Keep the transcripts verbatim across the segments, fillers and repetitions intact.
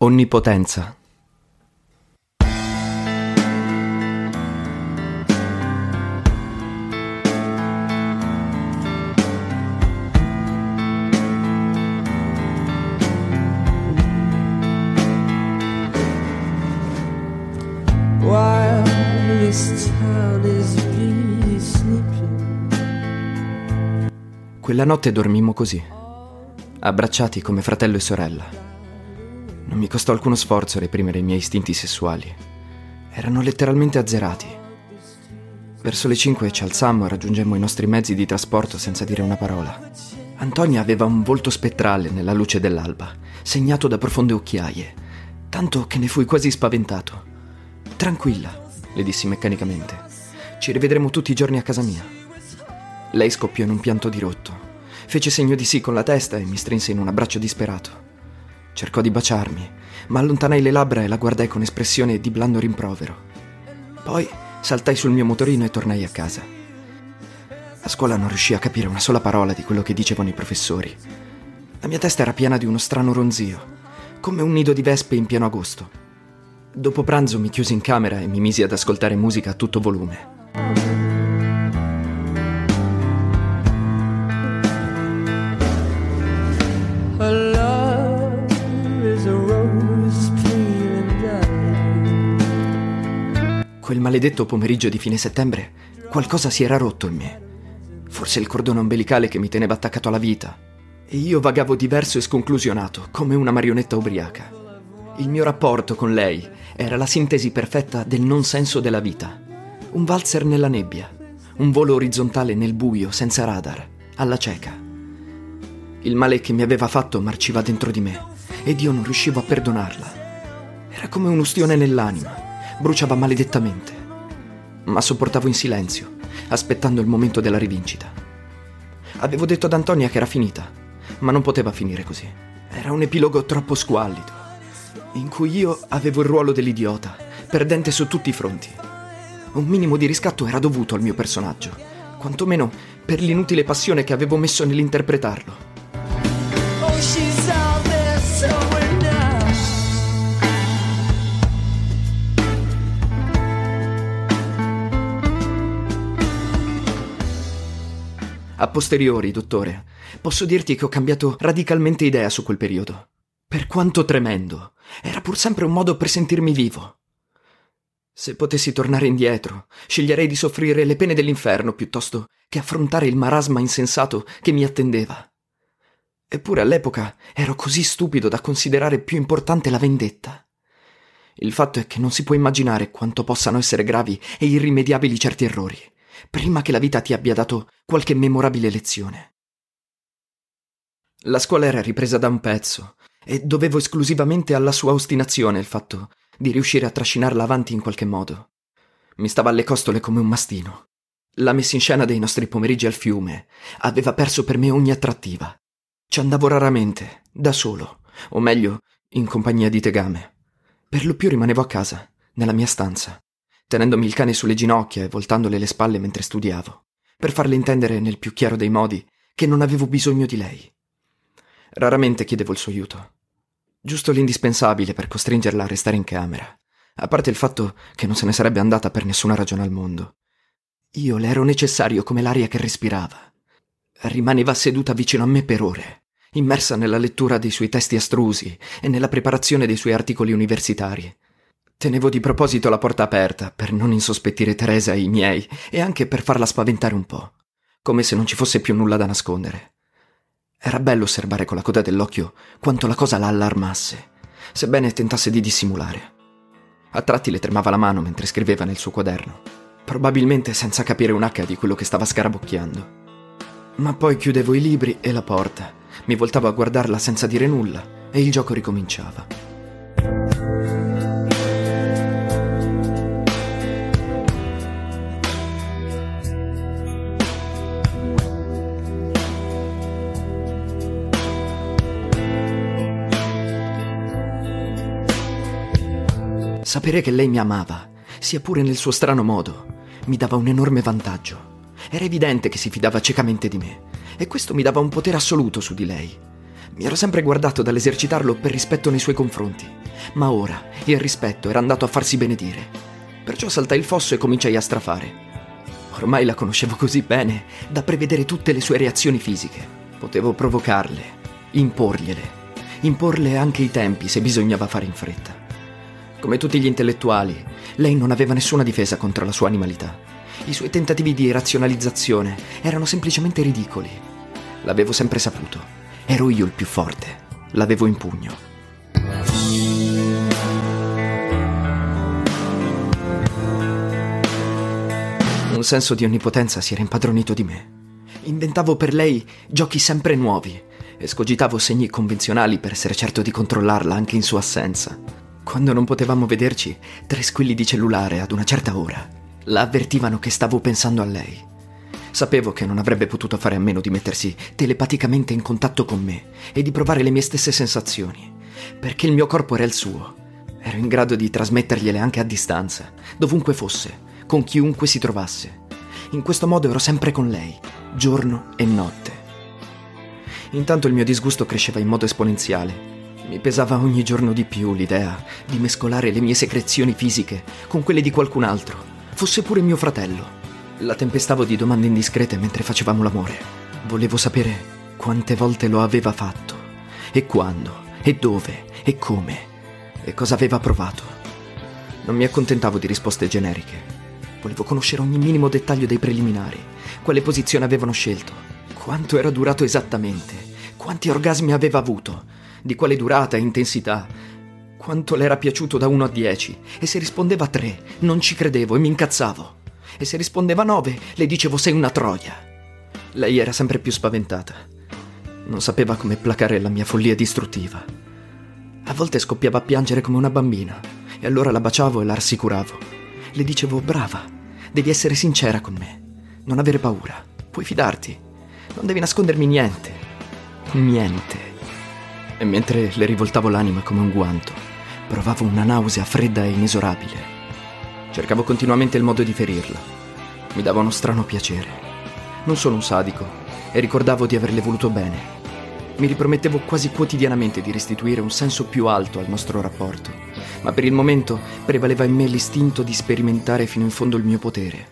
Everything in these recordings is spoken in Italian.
Onnipotenza. While this town is really sleeping. Quella notte dormimmo così, abbracciati come fratello e sorella. Non mi costò alcuno sforzo reprimere i miei istinti sessuali. Erano letteralmente azzerati. Verso le cinque ci alzammo e raggiungemmo i nostri mezzi di trasporto senza dire una parola. Antonia aveva un volto spettrale nella luce dell'alba, segnato da profonde occhiaie, tanto che ne fui quasi spaventato. «Tranquilla», le dissi meccanicamente. «Ci rivedremo tutti i giorni a casa mia». Lei scoppiò in un pianto dirotto. Fece segno di sì con la testa e mi strinse in un abbraccio disperato. Cercò di baciarmi, ma allontanai le labbra e la guardai con espressione di blando rimprovero. Poi saltai sul mio motorino e tornai a casa. A scuola non riuscii a capire una sola parola di quello che dicevano i professori. La mia testa era piena di uno strano ronzio, come un nido di vespe in pieno agosto. Dopo pranzo mi chiusi in camera e mi misi ad ascoltare musica a tutto volume. Quel maledetto pomeriggio di fine settembre qualcosa si era rotto in me. Forse il cordone ombelicale che mi teneva attaccato alla vita. E io vagavo diverso e sconclusionato, come una marionetta ubriaca. Il mio rapporto con lei era la sintesi perfetta del non senso della vita. Un valzer nella nebbia, un volo orizzontale nel buio, senza radar, alla cieca. Il male che mi aveva fatto marciva dentro di me ed io non riuscivo a perdonarla. Era come un'ustione nell'anima, bruciava maledettamente. Ma sopportavo in silenzio, aspettando il momento della rivincita. Avevo detto ad Antonia che era finita, ma non poteva finire così. Era un epilogo troppo squallido, in cui io avevo il ruolo dell'idiota, perdente su tutti i fronti. Un minimo di riscatto era dovuto al mio personaggio, quantomeno per l'inutile passione che avevo messo nell'interpretarlo. Oh, she's out there somewhere now. A posteriori, dottore, posso dirti che ho cambiato radicalmente idea su quel periodo. Per quanto tremendo, era pur sempre un modo per sentirmi vivo. Se potessi tornare indietro, sceglierei di soffrire le pene dell'inferno piuttosto che affrontare il marasma insensato che mi attendeva. Eppure all'epoca ero così stupido da considerare più importante la vendetta. Il fatto è che non si può immaginare quanto possano essere gravi e irrimediabili certi errori, prima che la vita ti abbia dato qualche memorabile lezione. La scuola era ripresa da un pezzo e dovevo esclusivamente alla sua ostinazione il fatto di riuscire a trascinarla avanti in qualche modo. Mi stava alle costole come un mastino. La messa in scena dei nostri pomeriggi al fiume aveva perso per me ogni attrattiva. Ci andavo raramente, da solo, o meglio, in compagnia di tegame. Per lo più rimanevo a casa, nella mia stanza, tenendomi il cane sulle ginocchia e voltandole le spalle mentre studiavo, per farle intendere nel più chiaro dei modi che non avevo bisogno di lei. Raramente chiedevo il suo aiuto. Giusto l'indispensabile per costringerla a restare in camera, a parte il fatto che non se ne sarebbe andata per nessuna ragione al mondo. Io le ero necessario come l'aria che respirava. Rimaneva seduta vicino a me per ore, immersa nella lettura dei suoi testi astrusi e nella preparazione dei suoi articoli universitari. Tenevo di proposito la porta aperta per non insospettire Teresa e i miei e anche per farla spaventare un po', come se non ci fosse più nulla da nascondere. Era bello osservare con la coda dell'occhio quanto la cosa la allarmasse, sebbene tentasse di dissimulare. A tratti le tremava la mano mentre scriveva nel suo quaderno, probabilmente senza capire un acca di quello che stava scarabocchiando. Ma poi chiudevo i libri e la porta, mi voltavo a guardarla senza dire nulla e il gioco ricominciava. Sapere che lei mi amava, sia pure nel suo strano modo, mi dava un enorme vantaggio. Era evidente che si fidava ciecamente di me, e questo mi dava un potere assoluto su di lei. Mi ero sempre guardato dall'esercitarlo per rispetto nei suoi confronti, ma ora il rispetto era andato a farsi benedire. Perciò saltai il fosso e cominciai a strafare. Ormai la conoscevo così bene da prevedere tutte le sue reazioni fisiche. Potevo provocarle, imporgliele, imporle anche i tempi se bisognava fare in fretta. Come tutti gli intellettuali, lei non aveva nessuna difesa contro la sua animalità. I suoi tentativi di razionalizzazione erano semplicemente ridicoli. L'avevo sempre saputo. Ero io il più forte. L'avevo in pugno. Un senso di onnipotenza si era impadronito di me. Inventavo per lei giochi sempre nuovi, escogitavo segni convenzionali per essere certo di controllarla anche in sua assenza. Quando non potevamo vederci, tre squilli di cellulare ad una certa ora la avvertivano che stavo pensando a lei. Sapevo che non avrebbe potuto fare a meno di mettersi telepaticamente in contatto con me e di provare le mie stesse sensazioni, perché il mio corpo era il suo. Ero in grado di trasmettergliele anche a distanza, dovunque fosse, con chiunque si trovasse. In questo modo ero sempre con lei, giorno e notte. Intanto il mio disgusto cresceva in modo esponenziale. Mi pesava ogni giorno di più l'idea di mescolare le mie secrezioni fisiche con quelle di qualcun altro, fosse pure mio fratello. La tempestavo di domande indiscrete mentre facevamo l'amore. Volevo sapere quante volte lo aveva fatto, e quando, e dove, e come, e cosa aveva provato. Non mi accontentavo di risposte generiche. Volevo conoscere ogni minimo dettaglio dei preliminari, quale posizione avevano scelto, quanto era durato esattamente, quanti orgasmi aveva avuto, di quale durata e intensità, quanto le era piaciuto da uno a dieci, e se rispondeva tre, non ci credevo e mi incazzavo. E se rispondeva nove, le dicevo sei una troia. Lei era sempre più spaventata. Non sapeva come placare la mia follia distruttiva. A volte scoppiava a piangere come una bambina, e allora la baciavo e la rassicuravo. Le dicevo, brava, devi essere sincera con me, non avere paura, puoi fidarti, non devi nascondermi niente, niente. E mentre le rivoltavo l'anima come un guanto, provavo una nausea fredda e inesorabile. Cercavo continuamente il modo di ferirla. Mi dava uno strano piacere. Non sono un sadico e ricordavo di averle voluto bene. Mi ripromettevo quasi quotidianamente di restituire un senso più alto al nostro rapporto, ma per il momento prevaleva in me l'istinto di sperimentare fino in fondo il mio potere.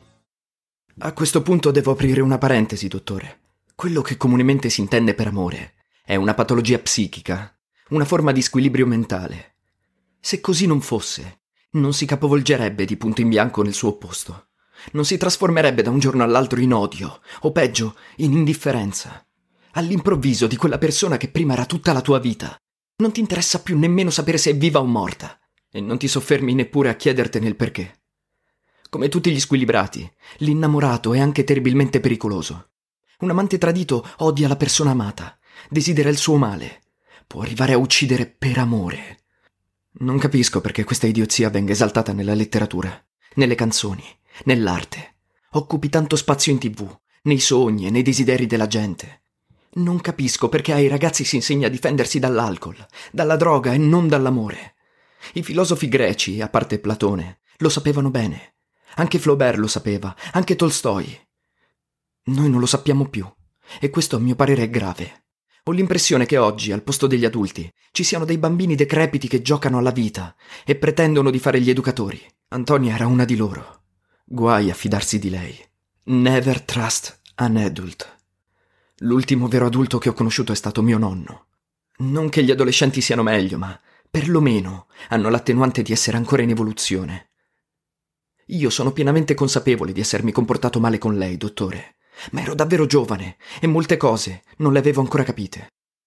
A questo punto devo aprire una parentesi, dottore. Quello che comunemente si intende per amore è una patologia psichica, una forma di squilibrio mentale. Se così non fosse, non si capovolgerebbe di punto in bianco nel suo opposto. Non si trasformerebbe da un giorno all'altro in odio, o peggio, in indifferenza. All'improvviso di quella persona che prima era tutta la tua vita. Non ti interessa più nemmeno sapere se è viva o morta, e non ti soffermi neppure a chiedertene il perché. Come tutti gli squilibrati, l'innamorato è anche terribilmente pericoloso. Un amante tradito odia la persona amata, desidera il suo male, può arrivare a uccidere per amore. Non capisco perché questa idiozia venga esaltata nella letteratura, nelle canzoni, nell'arte. Occupi tanto spazio in tivù, nei sogni e nei desideri della gente. Non capisco perché ai ragazzi si insegna a difendersi dall'alcol, dalla droga e non dall'amore. I filosofi greci, a parte Platone, lo sapevano bene. Anche Flaubert lo sapeva, anche Tolstoi. Noi non lo sappiamo più, e questo a mio parere è grave. Ho l'impressione che oggi, al posto degli adulti, ci siano dei bambini decrepiti che giocano alla vita e pretendono di fare gli educatori. Antonia era una di loro. Guai a fidarsi di lei. Never trust an adult. L'ultimo vero adulto che ho conosciuto è stato mio nonno. Non che gli adolescenti siano meglio, ma perlomeno hanno l'attenuante di essere ancora in evoluzione. Io sono pienamente consapevole di essermi comportato male con lei, dottore, ma ero davvero giovane e molte cose non le avevo ancora capite.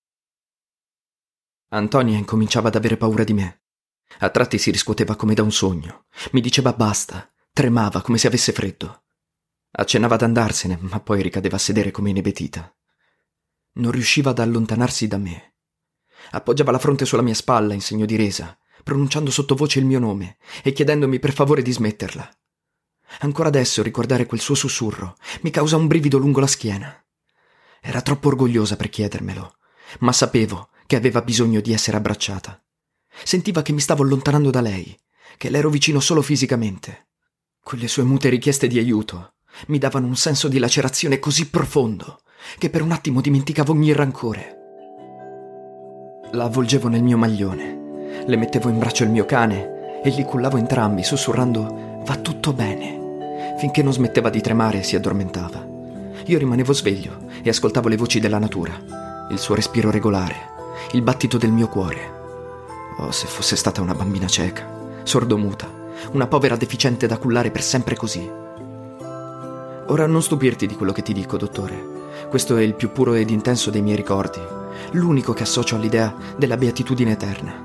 Antonia incominciava ad avere paura di me. A tratti si riscuoteva come da un sogno. Mi diceva basta, tremava come se avesse freddo. Accennava ad andarsene, ma poi ricadeva a sedere come inebetita. Non riusciva ad allontanarsi da me. Appoggiava la fronte sulla mia spalla in segno di resa, pronunciando sottovoce il mio nome e chiedendomi per favore di smetterla. Ancora adesso ricordare quel suo sussurro mi causa un brivido lungo la schiena. Era troppo orgogliosa per chiedermelo, ma sapevo che aveva bisogno di essere abbracciata. Sentiva che mi stavo allontanando da lei, che le ero vicino solo fisicamente. Quelle sue mute richieste di aiuto mi davano un senso di lacerazione così profondo che per un attimo dimenticavo ogni rancore. La avvolgevo nel mio maglione, Le mettevo in braccio il mio cane e li cullavo entrambi, sussurrando «Va tutto bene», finché non smetteva di tremare e si addormentava. Io rimanevo sveglio e ascoltavo le voci della natura, il suo respiro regolare, il battito del mio cuore. Oh, se fosse stata una bambina cieca, sordomuta, una povera deficiente da cullare per sempre così. Ora non stupirti di quello che ti dico, dottore. Questo è il più puro ed intenso dei miei ricordi, l'unico che associo all'idea della beatitudine eterna.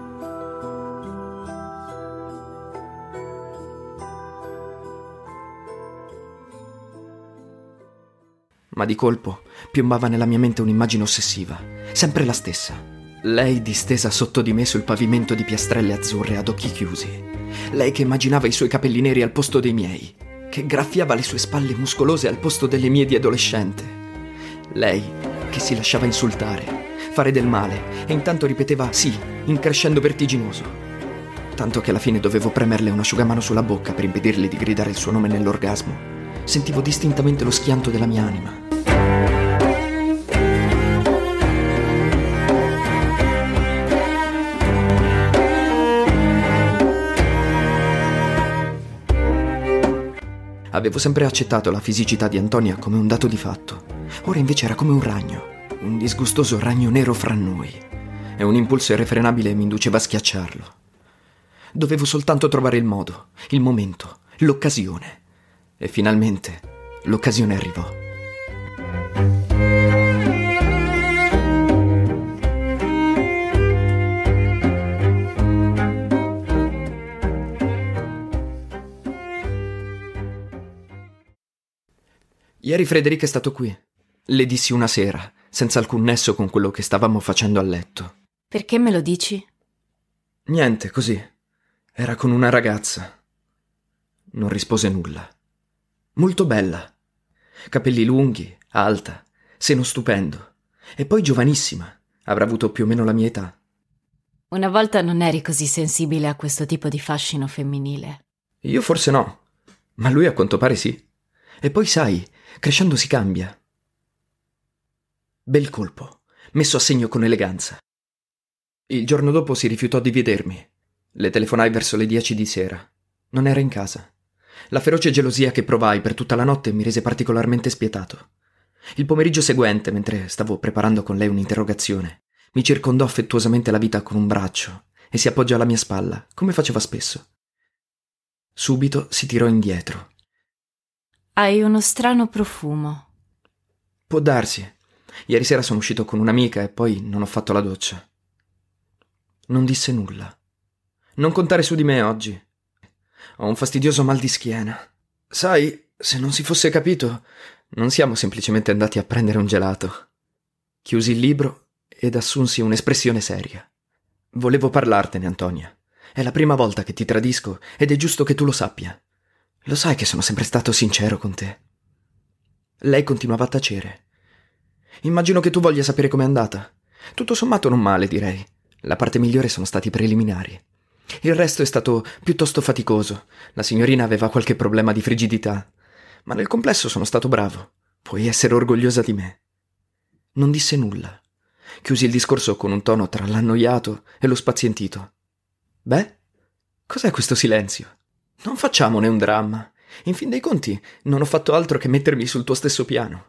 Ma di colpo piombava nella mia mente un'immagine ossessiva, sempre la stessa. Lei distesa sotto di me sul pavimento di piastrelle azzurre ad occhi chiusi. Lei che immaginava i suoi capelli neri al posto dei miei, che graffiava le sue spalle muscolose al posto delle mie di adolescente. Lei che si lasciava insultare, fare del male e intanto ripeteva sì, in crescendo vertiginoso. Tanto che alla fine dovevo premerle un asciugamano sulla bocca per impedirle di gridare il suo nome nell'orgasmo. Sentivo distintamente lo schianto della mia anima. Avevo sempre accettato la fisicità di Antonia come un dato di fatto. Ora invece era come un ragno, un disgustoso ragno nero fra noi. E un impulso irrefrenabile mi induceva a schiacciarlo. Dovevo soltanto trovare il modo, il momento, l'occasione. E finalmente l'occasione arrivò. Ieri Frederick è stato qui. Le dissi una sera, senza alcun nesso con quello che stavamo facendo a letto. Perché me lo dici? Niente, così. Era con una ragazza. Non rispose nulla. Molto bella. Capelli lunghi, alta, seno stupendo. E poi giovanissima. Avrà avuto più o meno la mia età. Una volta non eri così sensibile a questo tipo di fascino femminile. Io forse no, ma lui a quanto pare sì. E poi sai, crescendo si cambia. Bel colpo, messo a segno con eleganza. Il giorno dopo si rifiutò di vedermi. Le telefonai verso le dieci di sera. Non era in casa. La feroce gelosia che provai per tutta la notte mi rese particolarmente spietato. Il pomeriggio seguente, mentre stavo preparando con lei un'interrogazione, mi circondò affettuosamente la vita con un braccio e si appoggiò alla mia spalla, come faceva spesso. Subito si tirò indietro. Hai uno strano profumo. Può darsi. Ieri sera sono uscito con un'amica e poi non ho fatto la doccia. Non disse nulla. Non contare su di me oggi. Ho un fastidioso mal di schiena. Sai, se non si fosse capito, non siamo semplicemente andati a prendere un gelato. Chiusi il libro ed assunsi un'espressione seria. Volevo parlartene, Antonia. È la prima volta che ti tradisco ed è giusto che tu lo sappia. Lo sai che sono sempre stato sincero con te. Lei continuava a tacere. Immagino che tu voglia sapere com'è andata. Tutto sommato non male, direi. La parte migliore sono stati i preliminari. Il resto è stato piuttosto faticoso. La signorina aveva qualche problema di frigidità. Ma nel complesso sono stato bravo. Puoi essere orgogliosa di me. Non disse nulla. Chiusi il discorso con un tono tra l'annoiato e lo spazientito. Beh, cos'è questo silenzio? Non facciamone un dramma. In fin dei conti, non ho fatto altro che mettermi sul tuo stesso piano.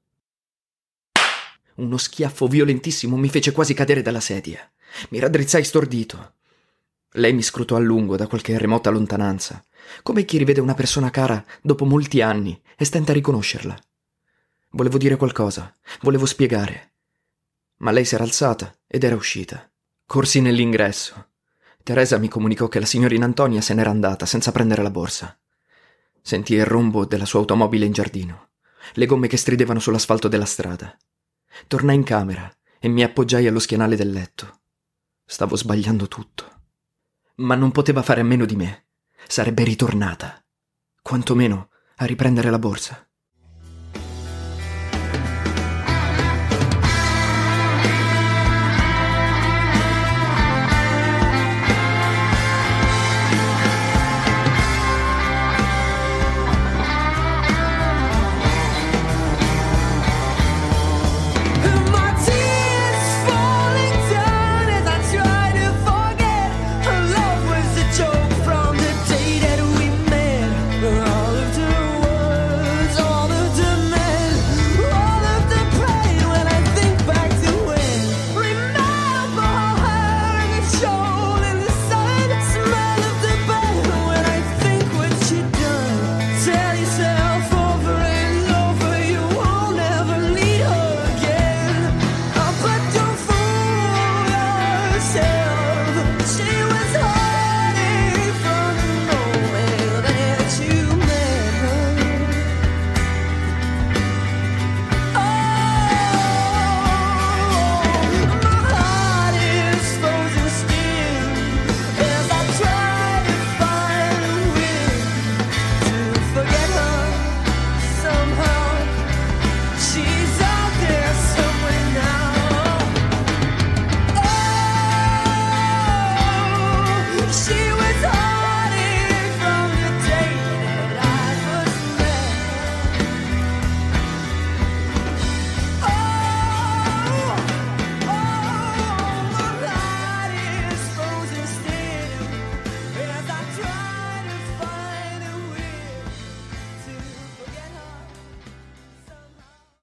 Uno schiaffo violentissimo mi fece quasi cadere dalla sedia. Mi raddrizzai stordito. Lei mi scrutò a lungo da qualche remota lontananza, come chi rivede una persona cara dopo molti anni e stenta a riconoscerla. Volevo dire qualcosa, volevo spiegare. Ma lei si era alzata ed era uscita. Corsi nell'ingresso. Teresa mi comunicò che la signorina Antonia se n'era andata senza prendere la borsa. Sentii il rombo della sua automobile in giardino, le gomme che stridevano sull'asfalto della strada. Tornai in camera e mi appoggiai allo schienale del letto. Stavo sbagliando tutto. Ma non poteva fare a meno di me. Sarebbe ritornata. Quantomeno a riprendere la borsa.